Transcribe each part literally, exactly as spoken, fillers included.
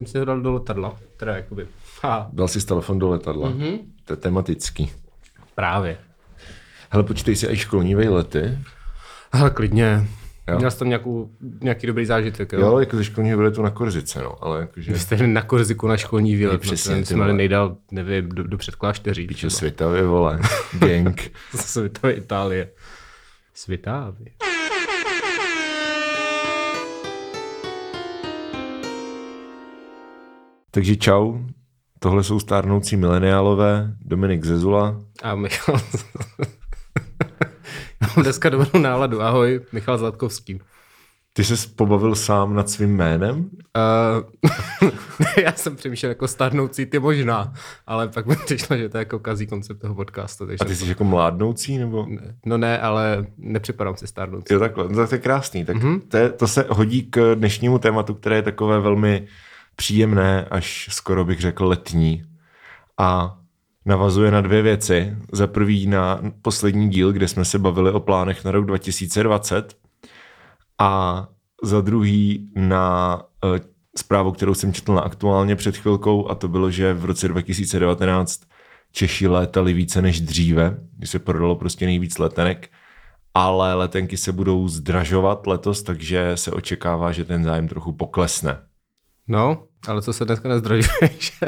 Jsem si ho dal do letadla, teda jakoby. Ha. Dal jsi telefon do letadla. Mm-hmm. To je tematický. Právě. Hele, počítej si i školní vejlety. Hele, klidně. Jo. Měl jsi tam nějakou, nějaký dobrý zážitek, jo? Jo, jako ze školního výletu na Korzice, no, ale jakože... Vy jste jeli na Korziku na školní výlet, no, přesně, my jsme měli nejdál, nevím, do, do předklášteří. Píče Svitavy, vole, gang. Svitavy Itálie. Svitavy. Takže čau, tohle jsou stárnoucí mileniálové, Dominik Zezula. A Michal... Mám dneska dobrou náladu, ahoj, Michal Zlatkovský. Ty ses pobavil sám nad svým jménem? Uh, já jsem přemýšlel jako stárnoucí, ty možná, ale pak mi přišlo, že to je jako kazí koncept toho podcastu. A ty jsi jako mládnoucí, nebo? No ne, ale nepřipadám si stárnoucí. Jo, takhle, no, to je krásný. Tak mm-hmm. to, je, to se hodí k dnešnímu tématu, které je takové velmi příjemné, až skoro bych řekl letní. A navazuje na dvě věci. Za prvý na poslední díl, kde jsme se bavili o plánech na rok dva tisíce dvacet. A za druhý na uh, zprávu, kterou jsem četl na Aktuálně před chvilkou, a to bylo, že v roce dva tisíce devatenáct Češi létali více než dříve, když se prodalo prostě nejvíc letenek, ale letenky se budou zdražovat letos, takže se očekává, že ten zájem trochu poklesne. No, ale co se dneska nezdražuje, že?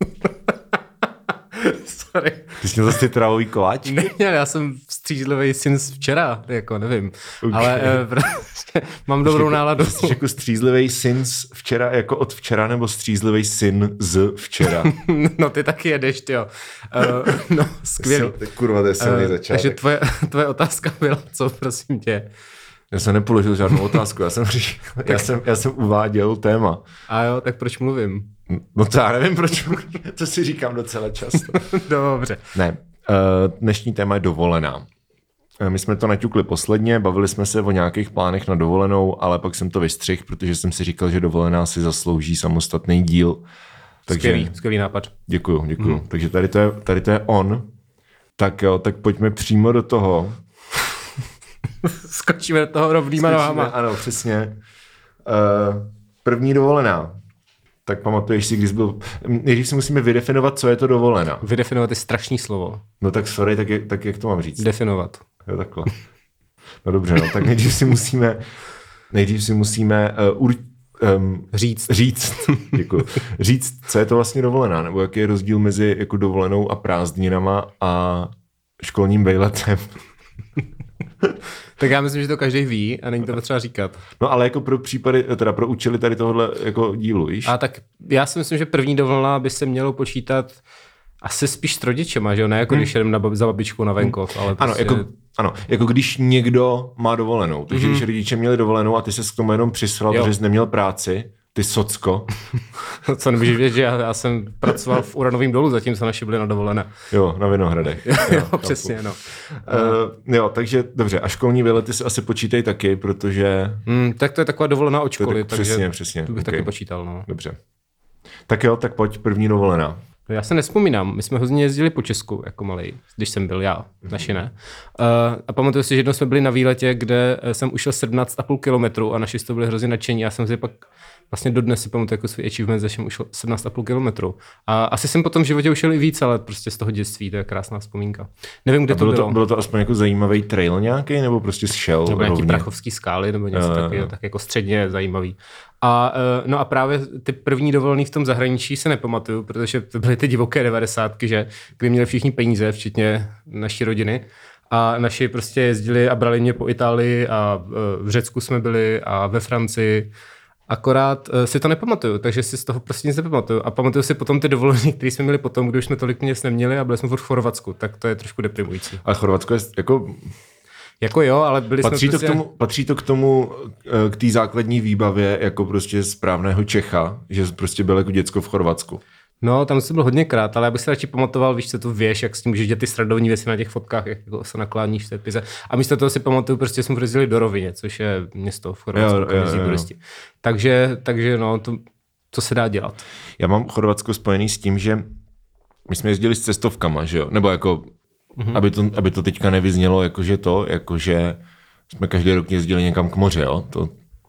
Sorry. Ty jsi měl zase trávový koláč? Neměl, já jsem střízlivý syn z včera, jako nevím. Okay. Ale e, prostě mám dobrou jako, náladu. Jsi jako střízlivý syn z včera, jako od včera, nebo střízlivý syn z včera? No ty taky jedeš, tyjo. Uh, no, skvělý. Kurva, to je silný uh, začátek. Takže tvoje, tvoje otázka byla, co prosím tě? Já jsem nepoložil žádnou otázku, já jsem, říkal, já jsem, já jsem uváděl téma. A jo, tak proč mluvím? No to já nevím, proč mluvím, to si říkám docela často. Dobře. Ne, dnešní téma je dovolená. My jsme to naťukli posledně, bavili jsme se o nějakých plánech na dovolenou, ale pak jsem to vystřihl, protože jsem si říkal, že dovolená si zaslouží samostatný díl. Takže, skvělý, skvělý nápad. Děkuju, děkuju. Hmm. Takže tady to, je, tady to je on. Tak jo, tak pojďme přímo do toho. Skočíme do toho rovnýma nohama. Ano, přesně. Uh, první dovolená. Tak pamatuješ si, když byl... Nejdřív si musíme vydefinovat, co je to dovolená. Vydefinovat je strašný slovo. No tak sorry, tak, je, tak jak to mám říct? Definovat. Jo, takhle. No dobře, no, tak nejdřív si musíme... Nejdřív si musíme uh, ur, um, říct. Říct. Děkuji. Říct, co je to vlastně dovolená, nebo jaký je rozdíl mezi jako dovolenou a prázdninama a školním vejletem. Tak já myslím, že to každý ví a není to potřeba říkat. No ale jako pro případy, teda pro účely tady tohohle jako dílu, víš? A tak já si myslím, že první dovolená by se mělo počítat asi spíš s rodičema, že jo? Ne jako hmm. když jdem na, za babičkou na venkov, ale ano, prostě... jako, ano, jako když někdo má dovolenou, takže mm-hmm. když rodiče měli dovolenou a ty se k tomu jenom přisral, protože jsi neměl práci, ty socko. Co nemůžeš vědět, že já, já jsem pracoval v uranovém dolu, zatímco naši byli na dovolené. Jo, na Vinohradech. jo, jo, přesně, no. Uh, jo, takže dobře, a školní výlety si asi počítej taky, protože... Mm, tak to je taková dovolená od školy, tak, takže přesně, přesně. to bych okay. taky počítal, no. Dobře. Tak jo, tak pojď, první dovolená. Já se nespomínám, my jsme hodně jezdili po Česku jako malej, když jsem byl já, naši ne. Uh, a pamatuju si, že jednou jsme byli na výletě, kde jsem ušel sedmnáct a půl kilometru a naši z toho byli hrozně nadšení. Já jsem si pak vlastně dodnes si pamatuju jako svůj achievement, že jsem ušel sedmnáct a půl kilometru. A asi jsem potom v životě ušel i víc, ale prostě z toho dětství, to je krásná vzpomínka. Nevím, kde bylo to bylo. To, bylo to aspoň jako zajímavý trail nějaký, nebo prostě šel? Nebo nějaký rovně? prachovský skály, nebo něco uh, takového, tak jako středně zajímavý. A no a právě ty první dovolený v tom zahraničí se nepamatuju, protože to byly ty divoké devadesátky, že kdy měli všichni peníze, včetně naší rodiny. A naši prostě jezdili a brali mě po Itálii a v Řecku jsme byli a ve Francii. Akorát si to nepamatuju, takže si z toho prostě nic nepamatuju. A pamatuju si potom ty dovolené, které jsme měli potom, když jsme tolik peněz neměli a byli jsme v Chorvatsku, tak to je trošku deprimující. Ale Chorvatsko je jako... Jako jo, ale byli patří jsme to prostě... k tomu, patří to k tomu, k té základní výbavě jako prostě správného Čecha, že prostě byl jako děcko v Chorvatsku. No, tam jsem byl hodněkrát, ale já bych si radši pamatoval, víš, co tu věš, jak s tím můžeš dělat ty srandovní věci na těch fotkách, jak jako se nakláníš v té pize. A místo toho si pamatuju, prostě jsme jezdili do Rovině, což je město v Chorvatsku, kam jezdí turisti. Takže, takže no, to, to se dá dělat. Já mám Chorvatsko spojený s tím, že my jsme jezdili s cestovkama, že jo, nebo jako Mm-hmm. Aby, to, aby to teďka nevyznělo, jakože to, jakože jsme každý rok jezdili někam k moři, jo? To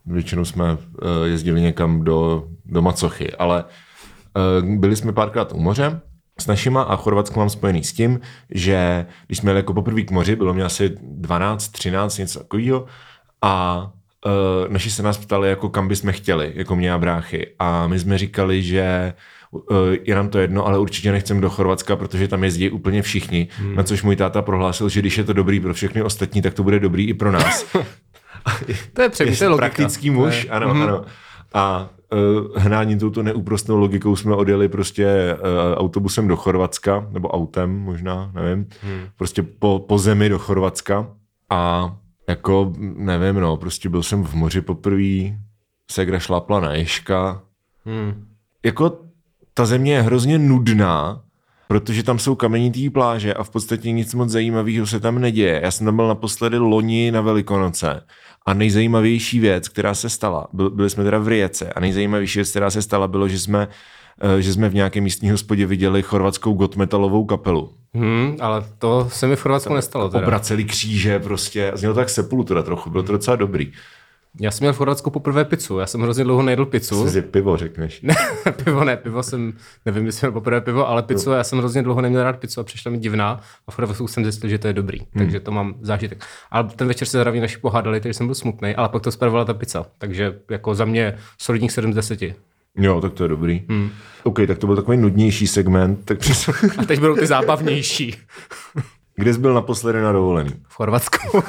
většinou jsme uh, jezdili někam do, do Macochy, ale uh, byli jsme párkrát u moře s našima a Chorvatsko mám spojený s tím, že když jsme jeli jako poprvé k moři, bylo mě asi dvanáct, třináct, něco takového a uh, naši se nás ptali, jako kam bychom chtěli, jako mě a bráchy a my jsme říkali, že uh, je nám to jedno, ale určitě nechceme do Chorvatska, protože tam jezdí úplně všichni, hmm. na což můj táta prohlásil, že když je to dobrý pro všechny ostatní, tak to bude dobrý i pro nás. To je přesně logika. Praktický muž, je. ano, Mm-hmm. ano. A uh, hnání touto neúprostnou logikou jsme odjeli prostě uh, autobusem do Chorvatska, nebo autem možná, nevím, hmm. prostě po, po zemi do Chorvatska a jako, nevím, no, prostě byl jsem v moři poprvé, segra šlápla na ježka. Hmm. Jako ta země je hrozně nudná, protože tam jsou kamenitý pláže a v podstatě nic moc zajímavého se tam neděje. Já jsem tam byl naposledy loni na Velikonoce a nejzajímavější věc, která se stala, byli jsme teda v Rijece a nejzajímavější věc, která se stala, bylo, že jsme, že jsme v nějaké místní hospodě viděli chorvatskou gothmetalovou kapelu. Hmm, ale to se mi v Chorvatsku nestalo. Teda. Obraceli kříže prostě, a znělo to tak Sepultura trochu, bylo to docela dobrý. Já jsem měl v Chorvatsku poprvé pizzu, já jsem hrozně dlouho nejedl pizzu. Jsi pivo řekneš. Ne, pivo ne, pivo jsem, nevím, jestli měl poprvé pivo, ale pizzu, no. Já jsem hrozně dlouho neměl rád pizzu a přišla mi divná a v Chorvatsku jsem zjistil, že to je dobrý, hmm. takže to mám zážitek. Ale ten večer se zdraví naši pohádali, takže jsem byl smutný, ale pak to spravovala ta pizza, takže jako za mě solidních sedm z deseti. Jo, tak to je dobrý. Hmm. OK, tak to byl takový nudnější segment. Tak přes... A teď budou ty zábavnější. Kde jsi byl naposledy na dovolený? V Chorvatsku.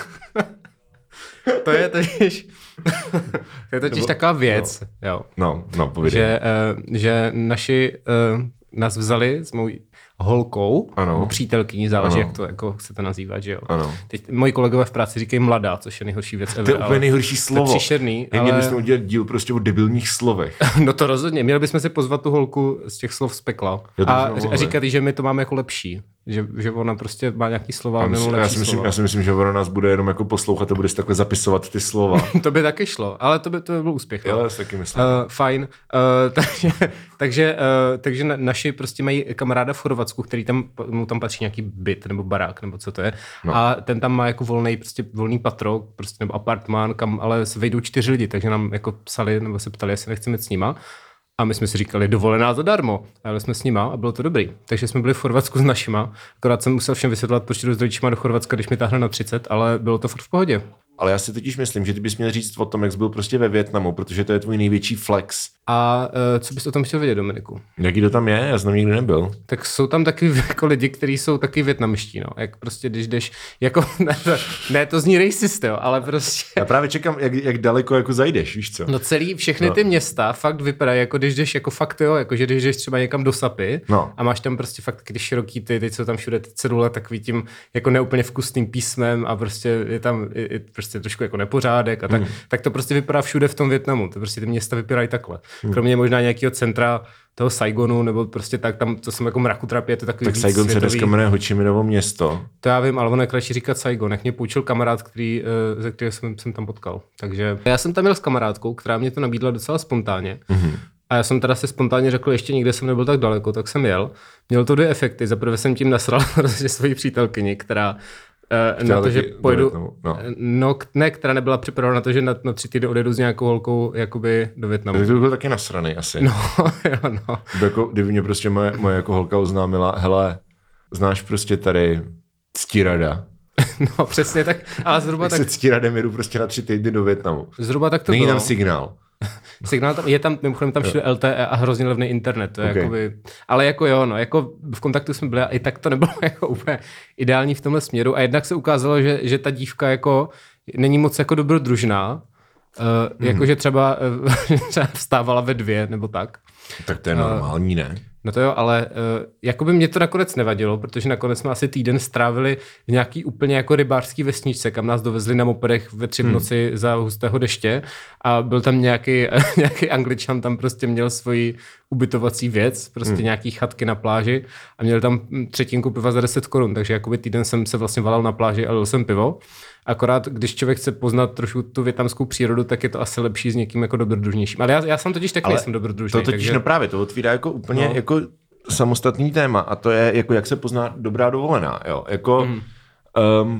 To je totiž, to je totiž Nebo, taková věc, no, jo. No, no, povědej. Že, uh, že naši uh, nás vzali s mou holkou, ano. nebo přítelkyní, záleží, ano. jak to jako chcete nazývat, že jo. Ano. Teď moji kolegové v práci říkají mladá, což je nejhorší věc ever. To je úplně nejhorší slovo. To je příšerný. Ale... ale... Měli bychom udělat díl prostě o debilních slovech. No to rozhodně. Měli bychom si pozvat tu holku z těch slov z pekla. A říkat, že my to máme jako lepší. Že, že ona prostě má nějaký slova. Myslím, já, si myslím, slova. já si myslím, že ona nás bude jenom jako poslouchat a bude si takhle zapisovat ty slova. To by taky šlo, ale to by, to by byl úspěch. Já si taky myslím. Uh, fajn. Uh, takže takže, uh, takže na, naši prostě mají kamaráda v Chorvatsku, který tam, mu tam patří nějaký byt nebo barák, nebo co to je. No. A ten tam má jako volný, prostě volný patro, prostě, nebo apartmán, kam ale se vejdou čtyři lidi, takže nám jako psali, nebo se ptali, jestli nechceme jít s nima. A my jsme si říkali, dovolená zadarmo. A jeli jsme s nima a bylo to dobrý. Takže jsme byli v Chorvatsku s našima. Akorát jsem musel všem vysvětlovat, proč jdu s rodičima do Chorvatska, když mi táhne na třicet, ale bylo to furt v pohodě. Ale já si totiž myslím, že ty bys měl říct o tom, jak jsi byl prostě ve Vietnamu, protože to je tvůj největší flex. A uh, co bys o tom chtěl vědět, Dominiku? Jaký to tam je? Já jsem tam nikdy nebyl. Tak jsou tam taky jako lidi, kteří jsou taky vietnamští, no. Jak prostě, když jdeš, jako, ne, ne to zní racist, jo, ale prostě... Já právě čekám, jak, jak daleko jako zajdeš, víš co? No celý, všechny no. ty města fakt vypadají, jako když jdeš, jako fakt, jo, jako že když jdeš třeba někam do Sapy no. a máš tam prostě fakt, když široký ty, teď jsou tam všude ty cedule takový tím jako neúplně vkusným písmem a prostě je tam je, je prostě trošku jako nepořádek a tak, hmm. tak to prostě vypadá všude v tom Vietnamu, to prostě ty města vypadají takhle. Hmm. Kromě možná nějakého centra toho Saigonu, nebo prostě tak tam, co jsem jako mrakodrapě, to takový tak víc Saigon světový. Se dneska jmenuje Ho Chi Minovo město. To já vím, ale ono je kratší říkat Saigon, jak mě poučil kamarád, který, ze kterého jsem, jsem tam potkal. Takže já jsem tam měl s kamarádkou, která mě to nabídla docela spontánně. Mm-hmm. A já jsem teda si spontánně řekl, ještě nikde jsem nebyl tak daleko, tak jsem jel. Měl to dvě efekty. Za prvé jsem tím nasral prostě svoji přítelkyni, která Uh, na to, že pojedu, no. no ne, která nebyla připravena na to, že na, na tři týdny odjedu s nějakou holkou jakoby do Vietnamu. Takže to byl taky nasraný asi. No, jo, no. Jako, kdyby mě prostě moje, moje jako holka oznámila, hele, znáš prostě tady Ctirada. No přesně tak, ale zhruba tak... Se Ctiradem jedu prostě na tři týdny do Vietnamu. Zhruba tak to Není bylo. tam signál. Signál tam, je tam, mimochodem tam všude L T E a hrozně levný internet, to je okay. jakoby, ale jako jo, no, jako v kontaktu jsme byli a i tak to nebylo jako úplně ideální v tomhle směru a jednak se ukázalo, že, že ta dívka jako není moc jako dobrodružná, uh, mm. jakože třeba, uh, třeba vstávala ve dvě nebo tak. Tak to je normální, ne? No to jo, ale uh, jakoby mě to nakonec nevadilo, protože nakonec jsme asi týden strávili v nějaký úplně jako rybářský vesničce, kam nás dovezli na mopedech ve tři v noci hmm. za hustého deště a byl tam nějaký, nějaký Angličan, tam prostě měl svoji ubytovací věc, prostě hmm. nějaký chatky na pláži a měl tam třetinku piva za deset korun, takže jakoby týden jsem se vlastně valal na pláži a dal jsem pivo. Akorát, když člověk chce poznat trošku tu vietnamskou přírodu, tak je to asi lepší s někým jako dobrodružnějším. Ale já, já jsem totiž taky nejsem dobrodružný. To totiž takže... no právě, to otvírá jako úplně no. jako samostatný téma a to je jako jak se pozná dobrá dovolená. Jo? Jako, mm. um,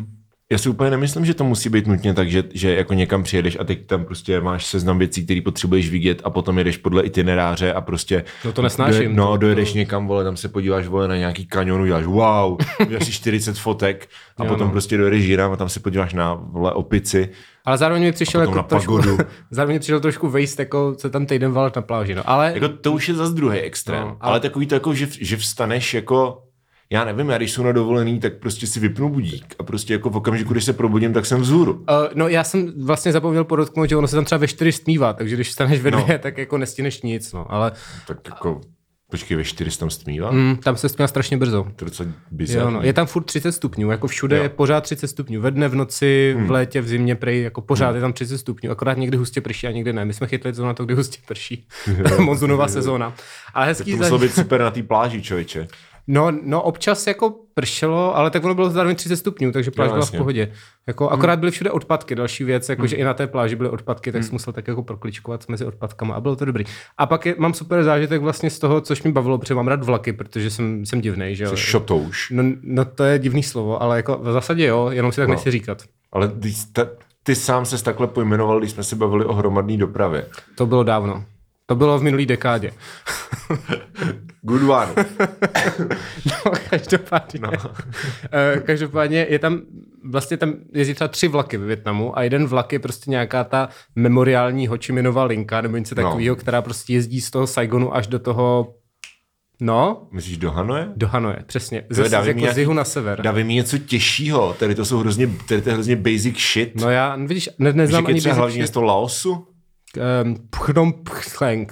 já si úplně nemyslím, že to musí být nutně tak, že, že jako někam přijedeš a teď tam prostě máš seznam věcí, které potřebuješ vidět a potom jedeš podle itineráře a prostě... No to nesnáším. Doj, no, to, dojedeš to... někam, vole, tam se podíváš, vole, na nějaký kanion, uděláš wow, uděláš si čtyřicet fotek a jo, potom no. prostě dojedeš jinam a tam se podíváš na, vole, opici. Ale zároveň mi přišel jako trošku, zároveň mi přišel trošku waste, jako se tam týden valit na pláži, no. Ale... Jako to už je zase druhý extrém, no, ale... ale takový to jako, že, že vstaneš jako... Já nevím, já když jsou na dovolený, tak prostě si vypnu budík a prostě jako v okamžiku, když se probudím, tak jsem vzhůru. Uh, no já jsem vlastně zapomněl podotknout, že ono se tam třeba ve čtyři stmívá, takže když vstaneš ve dvě, no. tak jako nestíneš nic, no, ale... Tak jako, počkej, ve čtyři se tam stmívá? Mm, tam se stmívá strašně brzo. To je docela bizarní. No. Je tam furt třicet stupňů, jako všude jo. je pořád třicet stupňů, ve dne, v noci, hmm. v létě, v zimě, prej, jako pořád hmm. je tam třicet stupňů, akorát někdy hustě prší a někdy ne. My jsme chytli to na to, kdy hustě prší. Monzunová sezóna. Ale hezký. To muselo být super na té pláži, člověče. No, no, občas jako pršelo, ale tak ono bylo zároveň třicet stupňů, takže pláž no, byla v pohodě. Jako, akorát byly všude odpadky, další věc, jako, hmm. že i na té pláži byly odpadky, tak hmm. jsem musel tak jako prokličkovat mezi odpadkama a bylo to dobrý. A pak je, mám super zážitek vlastně z toho, což mi bavilo, protože mám rád vlaky, protože jsem, jsem divnej, že jo. Jsi šotouš. No, no, to je divný slovo, ale jako v zásadě jo, jenom si tak no. nechci říkat. Ale ty, ty sám ses takhle pojmenoval, když jsme se bavili o hromadné dopravě. To bylo dávno. To bylo v minulý dekádě. Good one. No, každopádně. No. Každopádně je tam, vlastně tam jezdí třeba tři vlaky ve Vietnamu a jeden vlak je prostě nějaká ta memoriální Ho Chi Minhova linka nebo něco takového, no. která prostě jezdí z toho Saigonu až do toho, no. Myslíš do Hanoje? Do Hanoje, přesně. Z, z, jako z jihu na sever. Dávej mi něco těžšího, tady to jsou hrozně, tady to je hrozně basic shit. No já, vidíš, ne, neznám ani basic shit. Hlavně město Laosu? Um, Phnom Penh.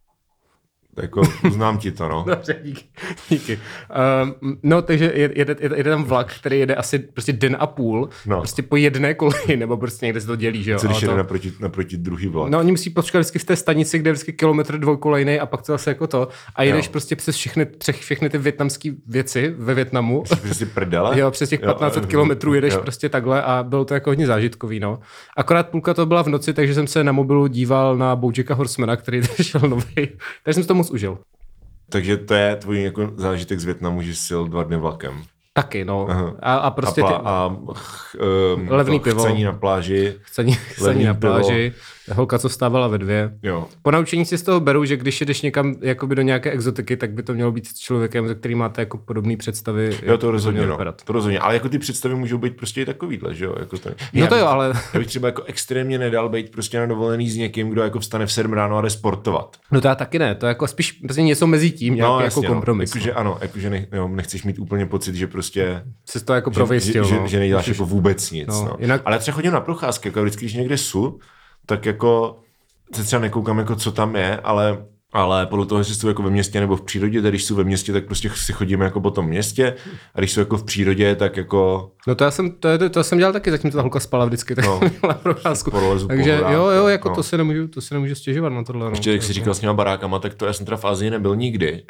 Jako, uznám ti to, no. Dobře, díky. díky. Um, no, takže jede, jede, jede tam vlak, který jede asi prostě den a půl, no. prostě po jedné koleji, nebo prostě někde se to dělí, že jo. Co když jede to... naproti, naproti druhý vlak? No, oni musí počkat vždycky v té stanici, kde je vždycky kilometr dvoukolejnej a pak to zase jako to. A jedeš jo. prostě přes všechny, třech, všechny ty vietnamské věci ve Vietnamu. Jsi prostě prdele? Jo, přes těch patnáct set kilometrů jedeš jo. prostě takhle a bylo to jako hodně zážitkový, no. Akorát půlka to byla v noci, takže jsem se na mobilu díval na Bojacka Horsemana, který šel nový. Takže jsem to moc užil. Takže to je tvůj jako zážitek z Vietnamu, že jsi jel dva dny vlakem. Taky, no. A, a prostě a, ty... A ch, um, levný pivo. Chcení na pláži. Chcení, chcení na pláži. Pivo. Holka, co vstávala ve dvě. Jo. Po naučení si z toho beru, že když jdeš někam jakoby do nějaké exotiky, tak by to mělo být s člověkem, ze který máte jako podobné představy. Jo, to rozhodně, no. To rozhodně. Ale jako ty představy můžou být prostě i takovýhle, že jo? Jako to... No to jo, ale... Já bych třeba jako extrémně nedal být prostě na dovolený s někým, kdo jako vstane v sedm ráno a jde sportovat. No to já taky ne, to jako spíš prostě něco mezi tím, nějaký no, jasně, jako kompromis. No. Jakože ano, jakože ne, jo, nechceš mít úplně pocit, že prostě... Jsi to jako prověstil, že, no. že, že neděláš jako vůbec nic, no. no. Jinak... Ale třeba chodím na procházky, jako vždycky, když někde jsou, tak jako se třeba nekoukám, jako co tam je, ale, ale podle toho, jestli jsou jako ve městě nebo v přírodě, tak když jsou ve městě, tak prostě si chodíme jako po tom městě a když jsou jako v přírodě, tak jako... No to já jsem, to, to, to jsem dělal taky, zatím ta holka spala vždycky, tak no, měla procházku. Takže horách, jo, jo, jako no. to se nemůžu, to se nemůžu stěžovat na tohle. Ještě, no. jak jsi říkal s těma barákama, tak to já jsem teda v Asii nebyl nikdy.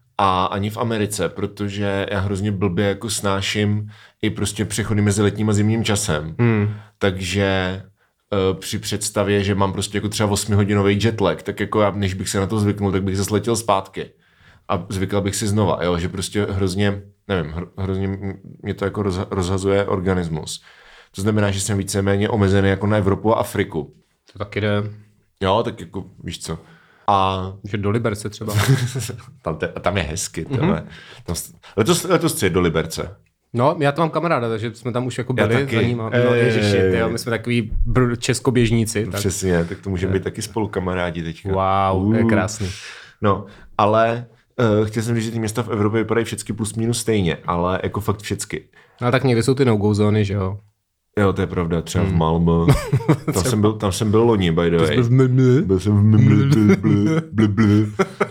A ani v Americe, protože já hrozně blbě jako snáším i prostě přechody mezi letním a zimním časem. Hmm. Takže uh, při představě, že mám prostě jako třeba osmihodinový jetlag, tak jako já, než bych se na to zvyknul, tak bych zase letěl zpátky. A zvykl bych si znova, jo, že prostě hrozně, nevím, hrozně mě to jako rozha- rozhazuje organismus. To znamená, že jsem víceméně omezený jako na Evropu a Afriku. To taky jde. Jo, tak jako, víš co. A... Že do Liberce třeba. tam, te, tam je hezky. Mm-hmm. Tam, letos, letos chci do Liberce. No, já to mám kamaráda, takže jsme tam už jako byli za ním. No, ježiši, tyjo, my jsme takový br- českoběžníci. Tak. Přesně, tak to můžeme být taky spolu kamarádi teďka. Wow, uh. je krásný. No, ale uh, chtěl jsem říct, že ty města v Evropě vypadají všechny plus minus stejně, ale jako fakt všechny. No tak někde jsou ty no-go zóny, že jo? Jo, to je pravda, třeba hmm. v Malmö. Tam, jsem byl, tam jsem byl loni, by the way. Byl, v Mimli. byl jsem v Mimli.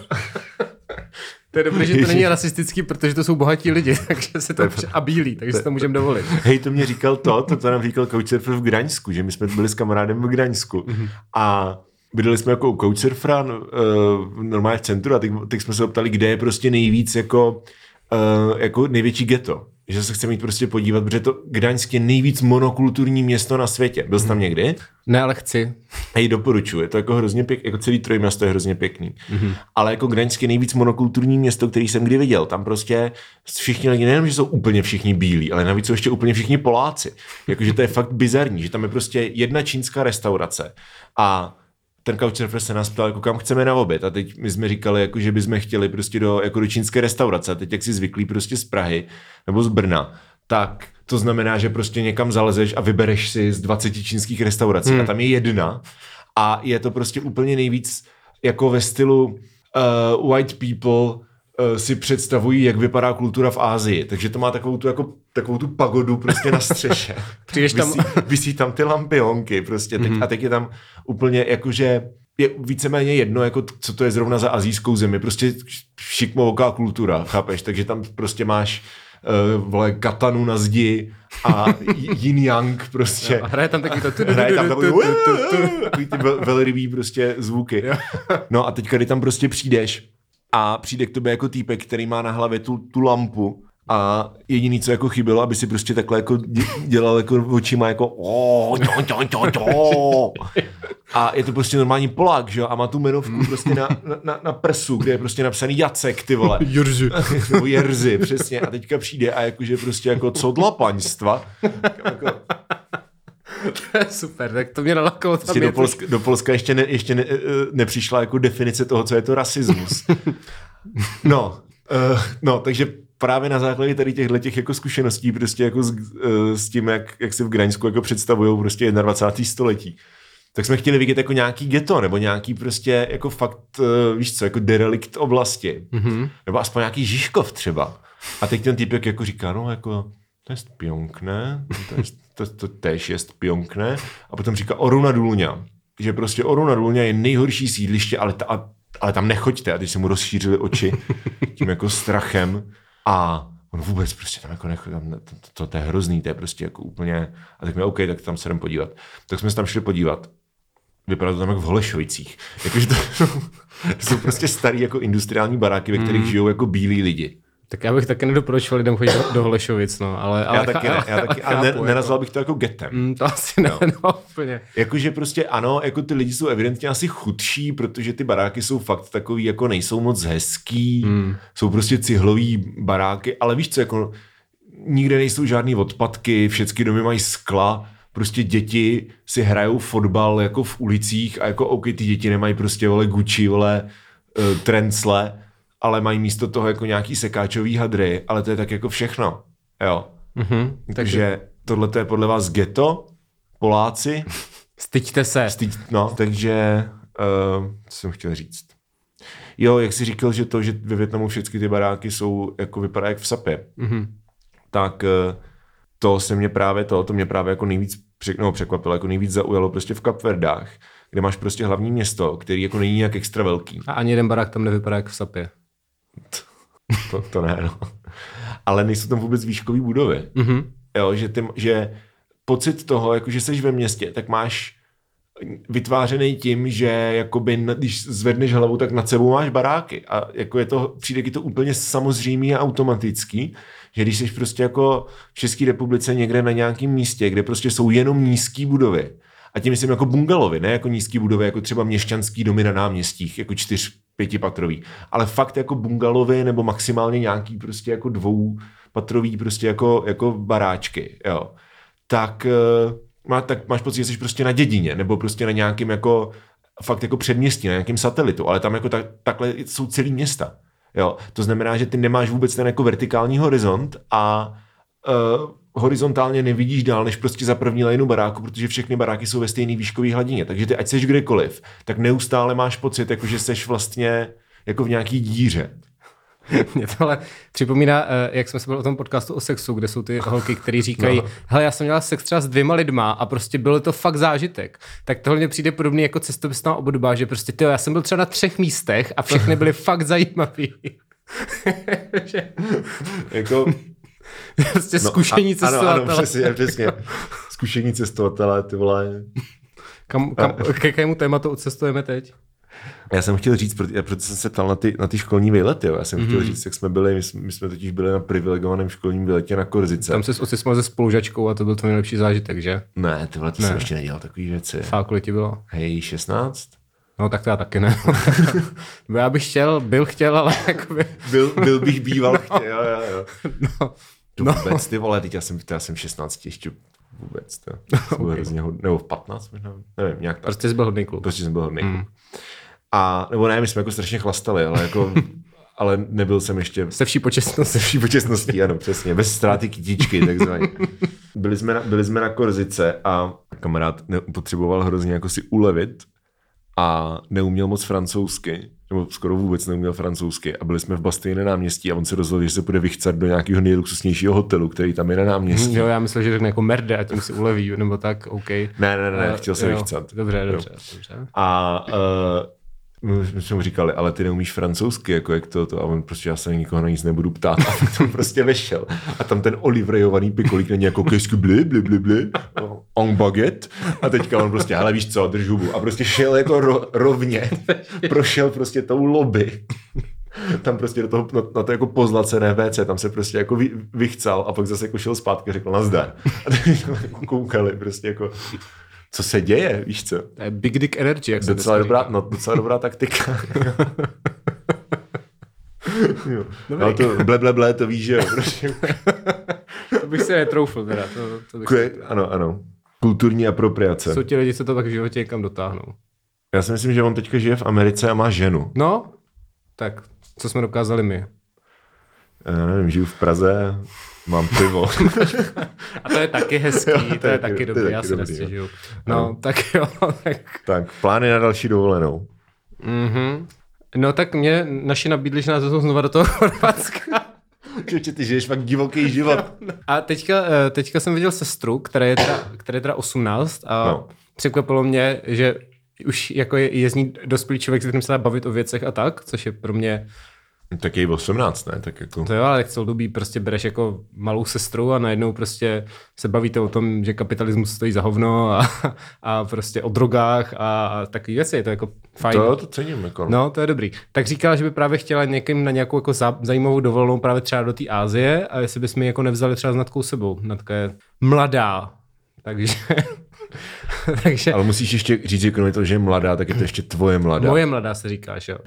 To je dobré, že to není rasistický, protože to jsou bohatí lidi, takže se to a bílí, takže si to můžeme dovolit. Hej, to mě říkal to, to, co nám říkal Couchsurfer v Gdaňsku, že my jsme byli s kamarádem v Gdaňsku mm-hmm. a bydleli jsme jako u Couchsurfera uh, normálně v centru a teď, teď jsme se optali, kde je prostě nejvíc jako, uh, jako největší ghetto. že se chce jít prostě podívat, protože to Gdaňsk je nejvíc monokulturní město na světě. Byl jsi tam někdy? Ne, ale chci. Hej, doporučuji, je to jako hrozně pěkný, jako celý Trojměsto je hrozně pěkný. Mm-hmm. Ale jako Gdaňsk je nejvíc monokulturní město, který jsem kdy viděl. Tam prostě všichni lidi, nejenom, že jsou úplně všichni bílí, ale navíc jsou ještě úplně všichni Poláci. Jakože to je fakt bizarní, že tam je prostě jedna čínská restaurace a ten Couchsurfer se nás ptal, jako kam chceme na oběd a teď my jsme říkali, jako, že bychom chtěli prostě do, jako do čínské restaurace a teď jak si zvyklí prostě z Prahy nebo z Brna, tak to znamená, že prostě někam zalezeš a vybereš si z dvaceti čínských restaurací hmm. a tam je jedna a je to prostě úplně nejvíc jako ve stylu uh, white people uh, si představují, jak vypadá kultura v Asii, takže to má takovou tu, jako, takovou tu pagodu prostě na střeše. Přijdeš tam... Vysí, vysí tam ty lampionky prostě teď, mm-hmm. a teď je tam úplně jakože je víceméně jedno, jako co to je zrovna za asijskou zemi, prostě šikmovoká kultura, chápeš, takže tam prostě máš uh, vole katanu na zdi a yin-yang prostě. No, a hraje tam taky to... Hraje tam takový, takový ty velrybý prostě zvuky. No a teďka, kdy tam prostě přijdeš a přijde k tobě jako týpek, který má na hlavě tu, tu lampu a jediný, co jako chybělo, aby si prostě takhle jako dělal jako očima jako oh, to, to, to, to. A je to prostě normální Polák, že jo? A má tu jmenovku prostě na, na, na prsu, kde je prostě napsaný Jacek, ty vole. Jerzy. Nebo Jerzy, přesně. A teďka přijde a jakože prostě jako co dla paňstva. Jako, to je super, tak to mě nalakalo tam prostě do, Polska, do Polska ještě, ne, ještě ne, nepřišla jako definice toho, co je to rasismus. No, uh, no, takže právě na základě tady těchto těch jako zkušeností prostě jako s, s tím, jak, jak se v Gdaňsku jako představujou prostě dvacátého prvního století, tak jsme chtěli vidět jako nějaký ghetto, nebo nějaký prostě jako fakt, víš co, jako derelikt oblasti. Mm-hmm. Nebo aspoň nějaký Žižkov třeba. A teď ten týpek jako říká, no jako, to je pionkné, to, je, to, to též je pionkné. A potom říká Oruna Důlňa, že prostě Oruna Důlňa je nejhorší sídliště, ale, ta, ale tam nechoďte. A teď se mu rozšířily oči tím jako strachem. A on vůbec prostě tam jako nechodí, tam, to, to, to je hrozný, to je prostě jako úplně, a tak mi OK, tak tam se jdem podívat. Tak jsme se tam šli podívat. Vypadá to tam jako v Holešovicích. Jakože to, to jsou prostě starý jako industriální baráky, ve kterých mm. žijou jako bílí lidi. Tak já bych taky nedoporučoval lidem chodit do, do Holešovic, no, ale... ale já taky ne, já taky, ale ne, nenazval bych to jako getem. Mm, to asi ne, no, no úplně. Jakože prostě ano, jako ty lidi jsou evidentně asi chudší, protože ty baráky jsou fakt takový, jako nejsou moc hezký, mm. jsou prostě cihlový baráky, ale víš co, jako nikde nejsou žádný odpadky, všechny domy mají skla, prostě děti si hrajou fotbal jako v ulicích a jako OK, ty děti nemají prostě, vole, Gucci, vole, uh, trencle, ale mají místo toho jako nějaký sekáčový hadry, ale to je tak jako všechno, jo. Mm-hmm, takže tohle je podle vás ghetto, Poláci. Styďte se. Styď, no, takže, uh, co jsem chtěl říct. Jo, jak jsi říkal, že to, že ve Vietnamu všechny ty baráky jsou, jako vypadá jak v sapě, mm-hmm. tak uh, to se mě právě to, to mě právě jako nejvíc no, překvapilo, jako nejvíc zaujalo prostě v Kapverdách, kde máš prostě hlavní město, který jako není nějak extra velký. A ani jeden barák tam nevypadá jak v sapě. To, to ne, no. Ale nejsou tam vůbec výškový budovy. Mm-hmm. Jo, že, ty, že pocit toho, jako že seš ve městě, tak máš vytvářený tím, že jakoby, když zvedneš hlavu, tak nad sebou máš baráky. A jako je to, přijde je to úplně samozřejmý a automatický, že když jsi prostě jako v České republice někde na nějakém místě, kde prostě jsou jenom nízké budovy, a tím myslím jako bungalovy, ne jako nízké budovy, jako třeba měšťanský domy na náměstích, jako čtyř, pětipatrový, ale fakt jako bungalovy nebo maximálně nějaký prostě jako dvoupatrový prostě jako, jako baráčky, jo. Tak, má, tak máš pocit, že jsi prostě na dědině, nebo prostě na nějakým jako fakt jako předměstí, na nějakým satelitu, ale tam jako tak, takhle jsou celý města, jo. To znamená, že ty nemáš vůbec ten jako vertikální horizont a uh, horizontálně nevidíš dál, než prostě za první lajnu baráku, protože všechny baráky jsou ve stejné výškové hladině. Takže ty, ať seš kdekoliv, tak neustále máš pocit, jako že seš vlastně jako v nějaký díře. Mě to ale připomíná, jak jsme se byli o tom podcastu o sexu, kde jsou ty holky, které říkají, no. Hele, já jsem měla sex třeba s dvěma lidma a prostě byl to fakt zážitek. Tak tohle mě přijde podobný jako cestopisná obdoba, že prostě tyjo, já jsem byl třeba na třech místech a všechny byly fakt zajímavý. jako... Prostě no, zkušení cestovatele. Ano, ano, přesně, přesně. Zkušení cestovatele, ty vole. Kam, kam, k jakému tématu odcestujeme teď? Já jsem chtěl říct, proto, proto jsem se ptal na ty, na ty školní výlety, jo. Já jsem mm-hmm. chtěl říct, jak jsme byli, my jsme, my jsme totiž byli na privilegovaném školním výletě na Korzice. Tam se osismal se spolužačkou a to byl to nejlepší zážitek, že? Ne, tyhle, to ne. jsem ještě nedělal takový věci. Fakt, kolik ti bylo? Hej, šestnáct? No tak to já taky ne. Já bych chtěl, byl chtěl, ale jakoby... byl, byl bych býval chtěl, jo, jo, jo. No. To no. vůbec, ty vole, teď já jsem, já jsem šestnáct ještě vůbec, to okay. hrozně hodný, nebo v patnáct možná, nevím, nějak tak. Prostě jsi byl hodný kluk. Prostě jsem byl hodný kluk. Mm. A, nebo ne, my jsme jako strašně chlastali, ale jako, ale nebyl jsem ještě... Se vší počestností. Se vší počestností, ano, přesně, bez ztráty kytičky, takzvaně. Byli jsme na, byli jsme na Korzice a kamarád potřeboval hrozně jako si ulevit a neuměl moc francouzsky, nebo skoro vůbec neuměl francouzsky a byli jsme v Bastille na náměstí a on se rozhodl, že se bude vychcat do nějakého nejluxusnějšího hotelu, který tam je na náměstí. Jo, já myslel, že řekne jako merde a tím si uleví, nebo tak, OK. Ne, ne, ne, ne chtěl se jo, vychcat. Dobře, dobře, dobře. A uh, my jsme mu říkali, ale ty neumíš francouzsky, jako jak to, to. A on prostě, já se nikoho na nic nebudu ptát. A tam prostě vešel. A tam ten olivrejovaný pikolík není jako qu'est-ce que blé, blé, blé, blé, en baguette. A teďka on prostě, hele víš co, drž hubu. A prostě šel jako ro, rovně. Prošel prostě tou lobby. Tam prostě do toho, na, na to jako pozlacené vé cé, tam se prostě jako vy, vychcal a pak zase jako šel zpátky a řekl nazdar. A teď koukali prostě jako... Co se děje, víš co? To je big dick energy, jak se docela dobrá, no, docela dobrá taktika. jo. No to ble, ble, ble, to víš, že jo. To bych se netroufl teda. To, to bych Kuje, ano, ano. Kulturní apropriace. Jsou ti lidi, co to tak v životě někam dotáhnou. Já si myslím, že on teďka žije v Americe a má ženu. No, tak co jsme dokázali my? Já nevím, žiju v Praze, mám pivo. A to je taky hezký, jo, to, to je taky, taky dobrý, já si nestěžuju. No, no, tak jo. Tak... tak, plány na další dovolenou. Mhm. No tak mě naši nabídli, že nás vezmou znova do toho Chorvatska. Že ty žiješ fakt divoký život. A teďka, teďka jsem viděl sestru, která je teda, která je teda osmnáct a no. Překvapilo mě, že už jako je jezdní dospělý člověk, se kterým se dá bavit o věcech a tak, což je pro mě... Tak je osmnáct, ne? Tak jako... To jo, ale tak celou dobí prostě bereš jako malou sestru a najednou prostě se bavíte o tom, že kapitalismus stojí za hovno a, a prostě o drogách a, a takový věci, je to jako fajn. To, to cením. Jako. No, to je dobrý. Tak říkala, že by právě chtěla někým na nějakou jako zajímavou dovolenou právě třeba do té Asie a jestli bychom ji jako nevzali třeba s Natkou sebou. Natka je mladá, takže... takže... Ale musíš ještě říct, že kromě toho, že je mladá, tak je to ještě tvoje mladá. Moje mladá se říkáš, jo.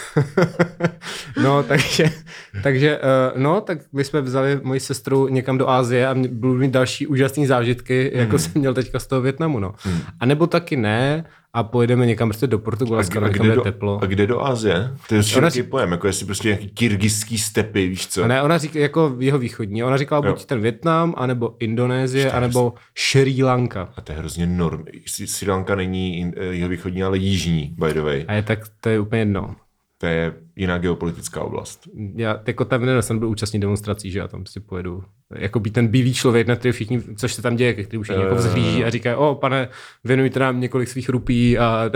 No, takže, takže uh, no, tak bychom vzali moji sestru někam do Asie a budu mít další úžasný zážitky, jako hmm. jsem měl teďka z toho Vietnamu, no. Hmm. A nebo taky ne a pojedeme někam prostě do Portugalska, a, někam kde do, teplo. A kde do Asie? To je široký pojem, jako jestli prostě nějaký kyrgyzský stepy, víš co? A ne, ona říká jako jeho východní, ona říkala buď ten Vietnam, anebo Indonésie, anebo Srí Lanka. A to je hrozně norm. Srí Lanka není jeho východní, ale jižní, by the way. A je tak, to je úplně jedno. To je jiná geopolitická oblast. Já jako tam nedal, jsem byl účastní demonstrací, že já tam si pojedu. Jako být ten bílý člověk, na který všichni, což se tam děje, který už jako vzhlíží a říkají, o pane, věnujte nám několik svých rupí a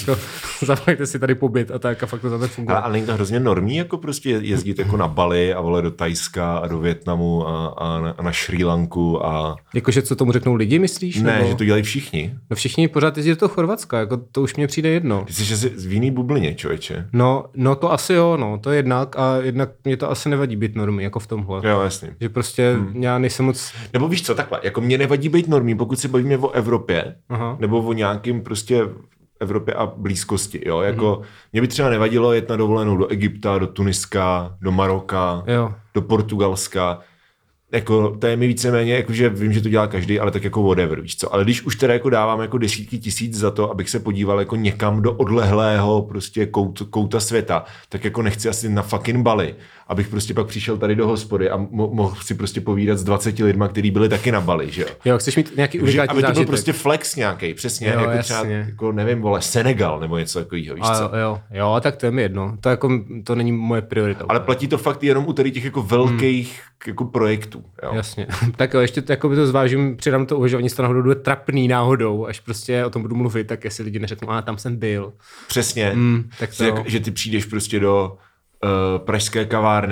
zaplaťte si tady pobyt a tak a fakt to tam tak funguje. Ale, ale není to hrozně normální, jako prostě jezdit jako na Bali a vole do Thajska a do Vietnamu a, a, na, a na Srí Lanku a... Jakože co tomu řeknou lidi, myslíš? Ne, nebo? Že to dělají všichni. No všichni pořád jezdí do toho Chorvatska, jako to už mě přijde jedno. Ty jsi asi v jiný bublině, člověče. No, no to asi jo, no, to je jednak a jednak mě to asi nevadí být normy, jako v tomhle. Jo, jasně. Že prostě hmm. já nejsem moc... Nebo víš co, takhle, jako mě nevadí být normí, pokud se bavíme o Evropě, Aha. nebo o nějakým prostě Evropě a blízkosti, jo, jako hmm. mě by třeba nevadilo jet na dovolenou do Egypta, do Tuniska, do Maroka, jo. do Portugalska, jako to je mi víceméně, jakože vím, že to dělá každý, ale tak jako whatever, víš co. Ale když už teda jako dávám jako desítky tisíc za to, abych se podíval jako někam do odlehlého prostě kout, kouta světa, tak jako nechci asi na fucking Bali, abych prostě pak přišel tady do hospody a mo- mohl si prostě povídat s dvaceti lidma, kteří byli taky na Bali, že jo. Jo, chceš mít nějaký unikátní aby to byl zážitek. prostě flex nějaký, přesně, jo, jako jasně. třeba, jako nevím, vole, Senegal nebo něco takového, víš a, co. Jo, jo, tak to je mi jedno. To jako, to není moje priorita. Ale platí to fakt jenom u tady těch jako velkých hmm. jako projektů, jo. Jasně. Tak jo, ještě to, jako by to zvážím, přidám to uvažování, to náhodou bude trapný náhodou, až prostě o tom budu mluvit, tak jestli lidi neřeknou, a tam jsem byl. Přesně. Mm, tak to... že, že ty přijdeš prostě do uh, pražské kavárny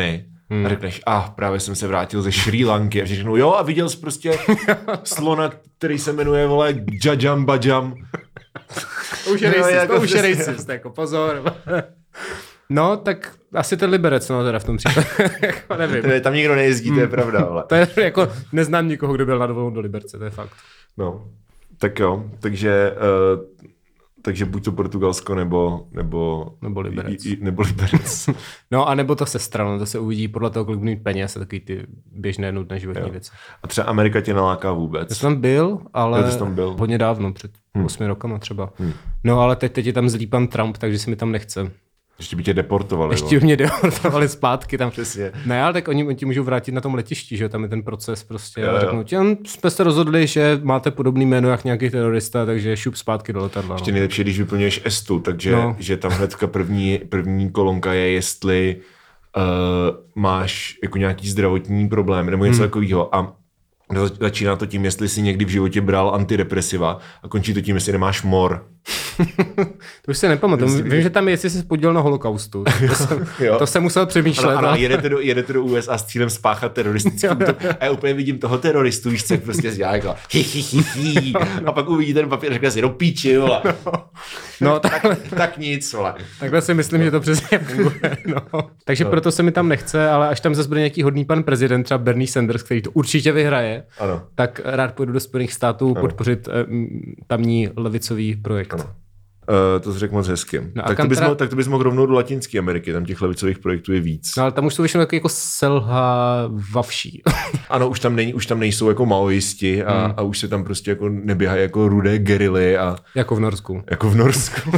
Hmm. A řekneš, ah, právě jsem se vrátil ze Srí Lanky. A řeknu, jo, a viděl jsi prostě slona, který se jmenuje, vole, Jajam Bajam. To už je racist, no, jako to už je racist, jako pozor. No, tak asi ten Liberec, no, teda v tom případě, jako nevím. Tedy tam nikdo nejezdí, to je pravda, ale. To je jako, neznám nikoho, kdo byl na dovolenou do Liberce, to je fakt. No, tak jo, takže, uh, takže buď to Portugalsko, nebo, nebo, nebo Liberec. I, i, nebo Liberec. No, a nebo to sestra, no, to se uvidí podle toho, kolik budu mít peněz a takový ty běžné nutné životní jo. věci. A třeba Amerika tě naláká vůbec? Já jsem tam byl, ale jo, tam byl. hodně dávno, před hmm. osmi rokama třeba. Hmm. No, ale teď, teď je tam zlý pan Trump, takže se mi tam nechce. Ještě by tě deportovali. Ještě by mě deportovali zpátky tam. Přesně. Ne, ale tak oni, oni ti můžou vrátit na tom letišti, že tam je ten proces prostě. Jo, a řeknou ti, jsme se rozhodli, že máte podobný jméno jak nějaký terorista, takže šup zpátky do letadla. Ještě no. nejlepší, když vyplňuješ estu, takže no. že tam hnedka první, první kolonka je, jestli uh, máš jako nějaký zdravotní problém nebo něco hmm. takového. A začíná to tím, jestli jsi někdy v životě bral antidepresiva a končí to tím, jestli nemáš mor. To už se nepamatuju. Vím, že tam je, jestli jsi podílel na holokaustu. To jsem, to jsem musel přemýšlet. Ano, ano, jedete, do, jedete do U S A s cílem spáchat teroristický útok. A já úplně vidím toho teroristu, víš, co prostě dělá jako hi, hi, hi, hi. A pak uvidí ten papír a řekne si, do píči, vole. No, no tak, tak nic, vole. Takhle si myslím, no. že to přesně funguje. No. Takže no. proto se mi tam nechce, ale až tam zase bude nějaký hodný pan prezident, třeba Bernie Sanders, který to určitě vyhraje, ano. tak rád půjdu do Spojených států ano. podpořit um, tamní levicový projekt. Ano. Uh, to jsi řekl moc hezky. No tak, to bys teda... mohl, tak to bys mohl rovnou do Latinské Ameriky, tam těch levicových projektů je víc. No ale tam už jsou většinou jako selhavavší. Ano, už tam, není, už tam nejsou jako maoisti a, hmm. a už se tam prostě jako neběhají jako rudé gerily. A... Jako v Norsku. Jako v Norsku.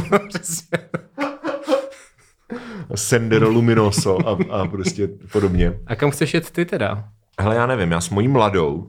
Sendero Luminoso a, a prostě podobně. A kam chceš jet ty teda? Hele, já nevím, já s mojí mladou.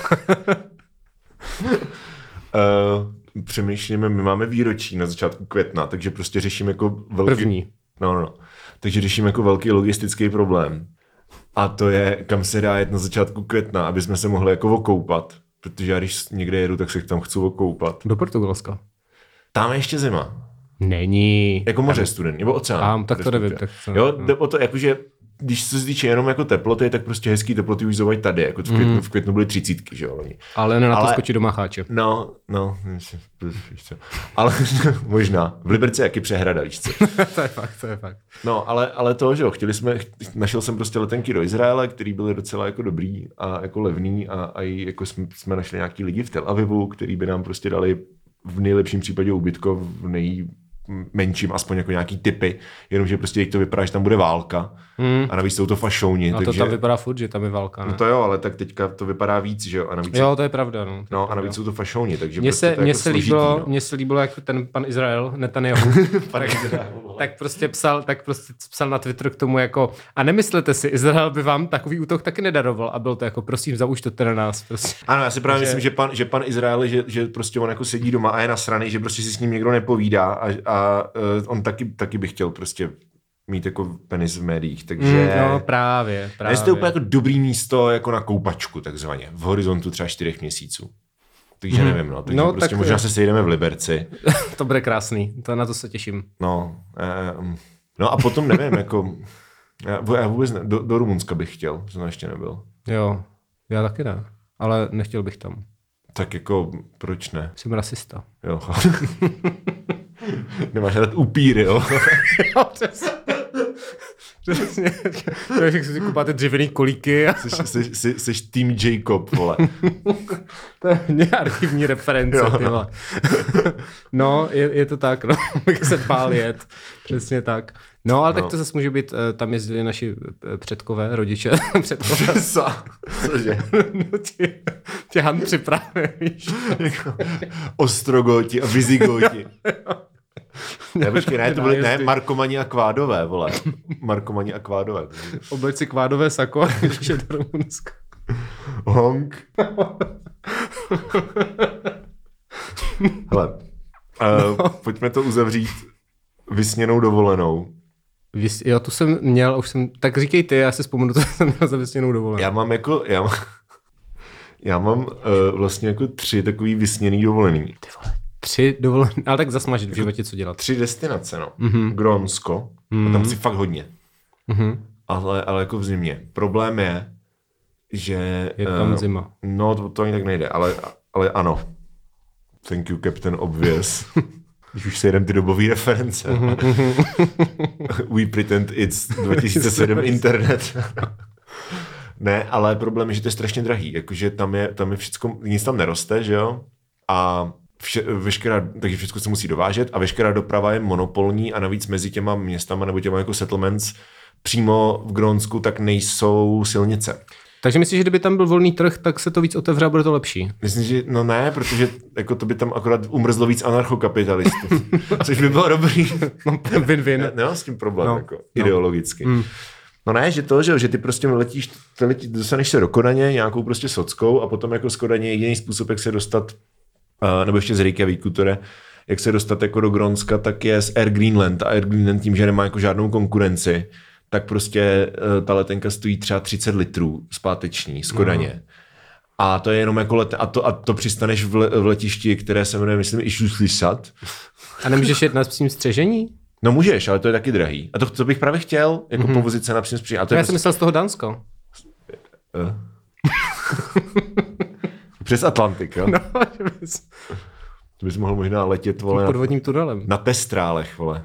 uh, Přemýšlíme, my máme výročí na začátku května, takže prostě řešíme jako velký... První. No, no, no. Takže řešíme jako velký logistický problém. A to je, kam se dá jet na začátku května, aby jsme se mohli jako okoupat. Protože já když někde jedu, tak se tam chci okoupat. Do Portugalska. Tam je ještě zima. Není. Jako moře studený, nebo oceán. Ám, tak to nevím. Tak to... Jo, jde o to, jakože když se zdíče jenom jako teploty, tak prostě hezký teploty už zouvají tady. Jako v květnu, mm. v květnu byly třicítky, že jo. Ale ne na to skočí do Macháče. No, no, víš co. Ale možná. V Liberci jaký přehrada, víš co. To je fakt, to je fakt. No, ale, ale to, že jo, chtěli jsme, našel jsem prostě letenky do Izraele, který byly docela jako dobrý a jako levný a, a jako jsme, jsme našli nějaký lidi v Tel Avivu, který by nám prostě dali v nejlepším případě ubytko, v nej menším, aspoň jako nějaký typy, jenomže prostě jak to vypadá, že tam bude válka hmm. a navíc jsou to fašouni. A to takže... tam vypadá furt, že tam je válka, ne? No to jo, ale tak teďka to vypadá víc, že jo? A navíc... Jo, to je pravda, no. No a navíc jsou to fašouni, takže mně prostě se, to je mně jako se složitý, líbilo, no. Mně se líbilo, jak ten pan Izrael, Netanyahu, tak, tak prostě psal, tak prostě psal na Twitter k tomu jako, a nemyslete si, Izrael by vám takový útok taky nedaroval a byl to jako, prosím, zaučte to na nás. Prostě. Ano, já si právě že... myslím, že pan, že pan Izrael, že, že prostě on jako sedí doma a je nasranej, že prostě si s ním někdo nepovídá a, a uh, on taky, taky by chtěl prostě mít jako penis v médiích, takže... Mm, no právě, právě. Je to úplně jako dobrý místo jako na koupačku takzvaně, v horizontu třeba čtyřech měsíců. Takže hmm. nevím, no. Takže no, prostě tak... možná se sejdeme v Liberci. To bude krásný, to na to se těším. No, eh, no a potom nevím, jako... Já, já vůbec ne, do, do Rumunska bych chtěl, jsem ještě nebyl. Jo, já taky ne, ale nechtěl bych tam. Tak jako, proč ne? Jsem rasista. Jo. Nemáš rád upíry, jo? Jo, přesně. Přesně. Takže si kupáte dřevěný kolíky. A... Jsi, jsi, jsi, jsi Team Jacob, vole. To je mě archivní reference, jo, ty vole. No, je, je to tak, no. Bych se bál jet. Přesně tak. No, ale no. tak to zase může být, tam jezdili naši předkové, rodiče. Předkové. Cože? No ti, ti Han připravili, víš. Ostrogoti a Vizigoti. Ne, počkej, ne, to byly ne, Markomani a Kvádové, vole. Markomani a Kvádové. Obleč si Kvádové sako a ještě do Rumunska. Honk. Hele, uh, no. Pojďme to uzavřít vysněnou dovolenou. Vys, jo, tu jsem měl, už jsem, tak říkej ty, já si vzpomenu, co jsem měl za vysněnou dovolenou. Já mám jako, já mám, já mám uh, vlastně jako tři takový vysněný dovolený. Ty vole. Tři dovolené, ale tak zasmažit v životě, co dělat. Tři destinace, no. Mm-hmm. Grónsko, mm-hmm. a tam si fakt hodně. Mm-hmm. ale, ale jako v zimě. Problém je, že... Je tam uh, zima. No, to, to ani tak nejde, ale, ale ano. Thank you, Captain Obvious. Když už se jedem ty dobové reference. We pretend it's dva tisíce sedm internet. Ne, ale problém je, že to je strašně drahý. Jakože tam je, tam je všecko, nic tam neroste, že jo? A vše, veškerá, takže všechno se musí dovážet a veškerá doprava je monopolní a navíc mezi těma městama nebo těma jako settlements přímo v Grónsku tak nejsou silnice. Takže myslíš, že kdyby tam byl volný trh, tak se to víc otevře a bude to lepší? Myslím, že no ne, protože jako to by tam akorát umrzlo víc anarchokapitalistů, což by bylo dobrý. No, win-win. No, s tím problém, no, jako no. ideologicky. Mm. No ne, že to, že, že ty prostě letíš, ty letí, dostaneš se do Kodaně nějakou prostě sockou a potom jako z Kodaně jediný způsob, jak se dostat, uh, nebo ještě z Reykjavíku, které, jak se dostat jako do Grónska, tak je z Air Greenland a Air Greenland tím, že nemá jako žádnou konkurenci, tak prostě uh, ta letenka stojí třeba třicet litrů zpáteční z Kodaně. No. A to je jenom jako let, a to, a to přistaneš v, le, v letišti, které se jmenuje, myslím, Išuslisat. A nemůžeš jet na psím střežení? No můžeš, ale to je taky drahý. A to, to bych právě chtěl, jako mm-hmm. povozit se na psím střežení. A to já je jsem myslel z toho Dánska. Uh. Přes Atlantik, jo? No, že bys... To bys mohl možná letět, vole, podvodním tunelem. Na Pestrálech, vole.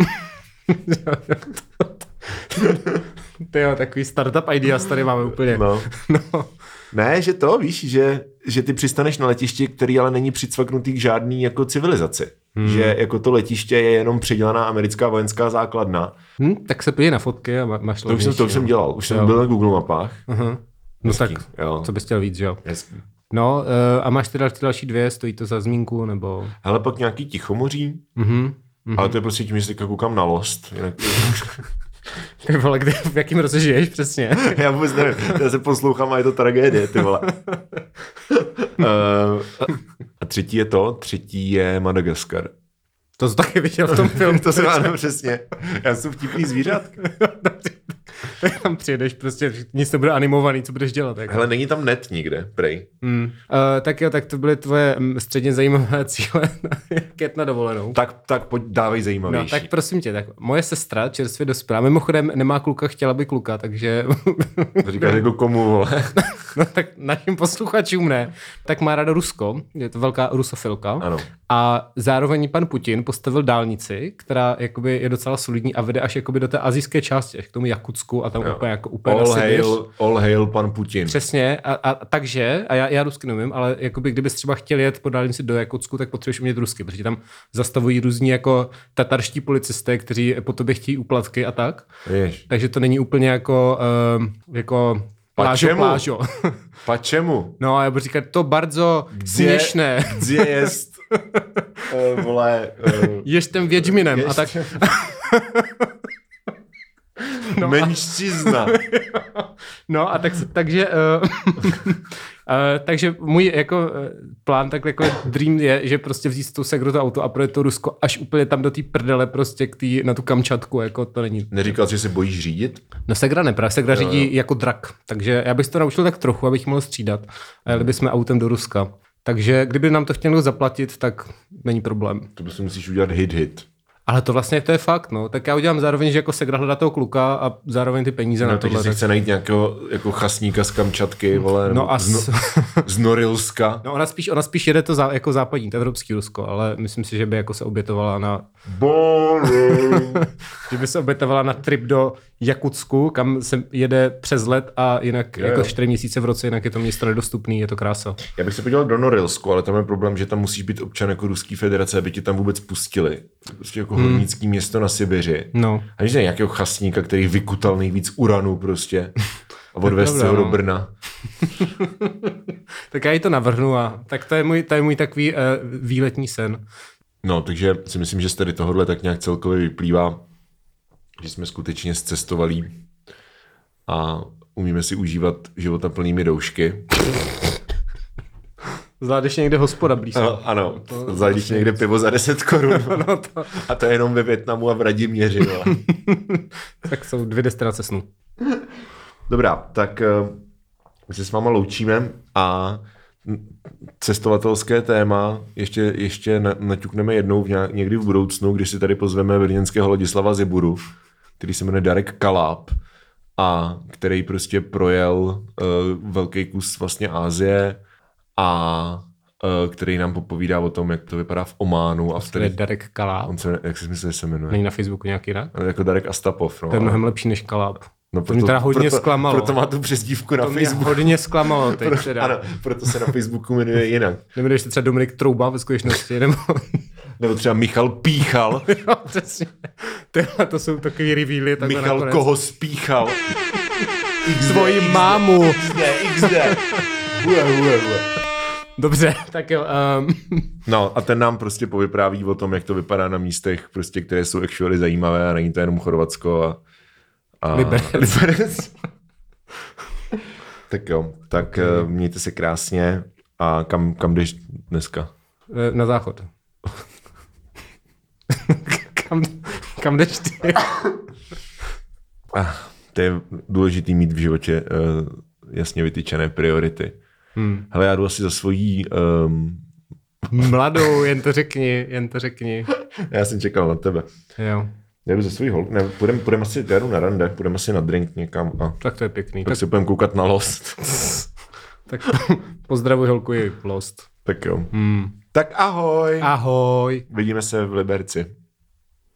To je takový startup ideas tady máme úplně. No. no. Ne, že to, víš, že, že ty přistaneš na letišti, který ale není přicvaknutý k žádný jako civilizaci. Hmm. Že jako to letiště je jenom předělaná americká vojenská základna. Hmm, tak se podívej na fotky a máš to. Už jsem, to už jsem dělal, už jo. jsem byl na Google mapách. Uh-huh. No Hezký, tak, jo. co bys chtěl víc, že jo? Hezký. No uh, a máš teda ty další dvě, stojí to za zmínku, nebo... Hele, pak nějaký Tichomoří, uh-huh. Uh-huh. Ale to je prostě tím, že si koukám na Lost. Jinak... Ty vole, kde, v jakým roce žiješ přesně? Já vůbec nevím, já se poslouchám a je to tragédie, ty vole. uh, a třetí je to, třetí je Madagaskar. To jsi taky viděl v tom filmu. To jsem ano, přesně. Já jsem vtipný zvířátko. Tam přijedeš prostě, nic nebude animovaný, co budeš dělat. Jako. Hele, není tam net nikde, prej. Hmm. Uh, tak jo, tak to byly tvoje středně zajímavé cíle, jak jet na dovolenou. Tak, tak pojď, dávej zajímavější. No, tak prosím tě, tak moje sestra čerstvě dospělá, mimochodem nemá kluka, chtěla by kluka, takže... To říkáš jako komu, vole? No tak našim posluchačům ne. Tak má ráda Rusko, je to velká rusofilka. Ano. A zároveň pan Putin postavil dálnici, která jakoby je docela solidní a vede až jakoby do té asijské části, k tomu Jakutsku a tam jo. úplně jako úplně all na hail, all hail pan Putin. Přesně. A, a takže, a já, já rusky nevím, ale jakoby kdybys třeba chtěl jet po dálnici do Jakutsku, tak potřebuješ umět rusky, protože tam zastavují různí jako tatarští policisté, kteří po tobě chtějí úplatky a tak. Jež. Takže to není úplně jako, um, jako plážo, plážo. Pačemu? No a já budu říkat, to bardzo směšné. Gdzie jest, uh, vole... Uh, Jestem Wiedźminem jest... a tak... No menšcizna. No a tak, takže uh, uh, takže můj jako uh, plán, tak jako dream je, že prostě vzít tu Segru to auto a projet to Rusko až úplně tam do té prdele prostě k tý, na tu Kamčatku, jako to není. Neříkal jsi, že se bojíš řídit? No Segra ne, právě Segra jo, řídí jo. jako drak, takže já bych to naučil tak trochu, abych mohl střídat a jeli bychom autem do Ruska. Takže kdyby nám to chtěl zaplatit, tak není problém. To prostě musíš udělat hit-hit. Ale to vlastně to je fakt, no. Tak já udělám zároveň, že jako Segra hledá toho kluka a zároveň ty peníze no, na tohle. Takže si tak... chce najít nějakého jako chasníka z Kamčatky, vole, no a z, no, z Norilska. No ona spíš, ona spíš jede to za, jako západní, to evropský Rusko, ale myslím si, že by jako se obětovala na... že by se obětovala na trip do Jakutsku, kam se jede přes let a jinak je, jako čtyři měsíce v roce, jinak je to město nedostupný, je to krása. Já bych se podíval do Norilsku, ale tam je problém, že tam musíš být občan jako Ruské federace, aby ti tam vůbec pustili. Prostě jako hmm. hornický město na Sibiři. No. A že nějakého chasníka, který vykutal nejvíc uranu prostě a odvez se ho do Brna. Tak já jí to navrhnu a tak to je můj, to je můj takový uh, výletní sen. No, takže si myslím, že z tady tohohle tak nějak celkově vyplývá, že jsme skutečně zcestovali a umíme si užívat života plnými doušky. Zvládneš někde hospoda blízko. No, ano, zvládeš někde pivo za deset korun. No to... A to je jenom ve Vietnamu a v Radiměři. Tak jsou dvě destinace snů. Dobrá, tak my se s váma loučíme a cestovatelské téma ještě, ještě naťukneme jednou v nějak, někdy v budoucnu, když si tady pozveme brněnského Ladislava Ziburu, který se jmenuje Darek Kaláb a který prostě projel uh, velký kus vlastně Asie a uh, který nám popovídá o tom, jak to vypadá v Ománu. A v To je Darek Kaláb. On se, jak si myslíš, že se jmenuje? Není na Facebooku nějak jinak? Jako Darek Astapov. No, To je mnohem lepší než Kaláb. No, to mě teda hodně proto, zklamalo. Proto má tu přezdívku na to Facebooku. To mě hodně zklamalo teď proto, teda. Ano, proto se na Facebooku jmenuje jinak. Neměli jste třeba Dominik Trouba ve skutečnosti, nebo... Nebo třeba Michal Píchal. Jo, přesně. Tyhle, to jsou takový revealy. Michal nakonec. Koho spíchal. Svoji mámu. X D, X D. Ue, ue, ue. Dobře, tak jo. Um... No a ten nám prostě povypráví o tom, jak to vypadá na místech, prostě, které jsou actually zajímavé a není to jenom Chorvatsko a, a Liberec. Liberec. Tak jo, tak okay. Mějte se krásně a kam, kam jdeš dneska? Na záchod. kam, kam jdeš ty? Ah, to je důležitý mít v životě uh, jasně vytyčené priority. Hmm. Hele, já jdu asi za svojí... Um... Mladou, jen to řekni, jen to řekni. Já jsem čekal na tebe. Jo. Já jdu za svojí holku. Ne, půjdeme, půjdeme asi, já jdu na rande, půjdeme asi na drink někam. A... Tak to je pěkný. Tak, tak... si budeme koukat na Lost. Tak pozdravuj holku i Lost. Tak jo. Hmm. Tak ahoj. Ahoj. Vidíme se v Liberci.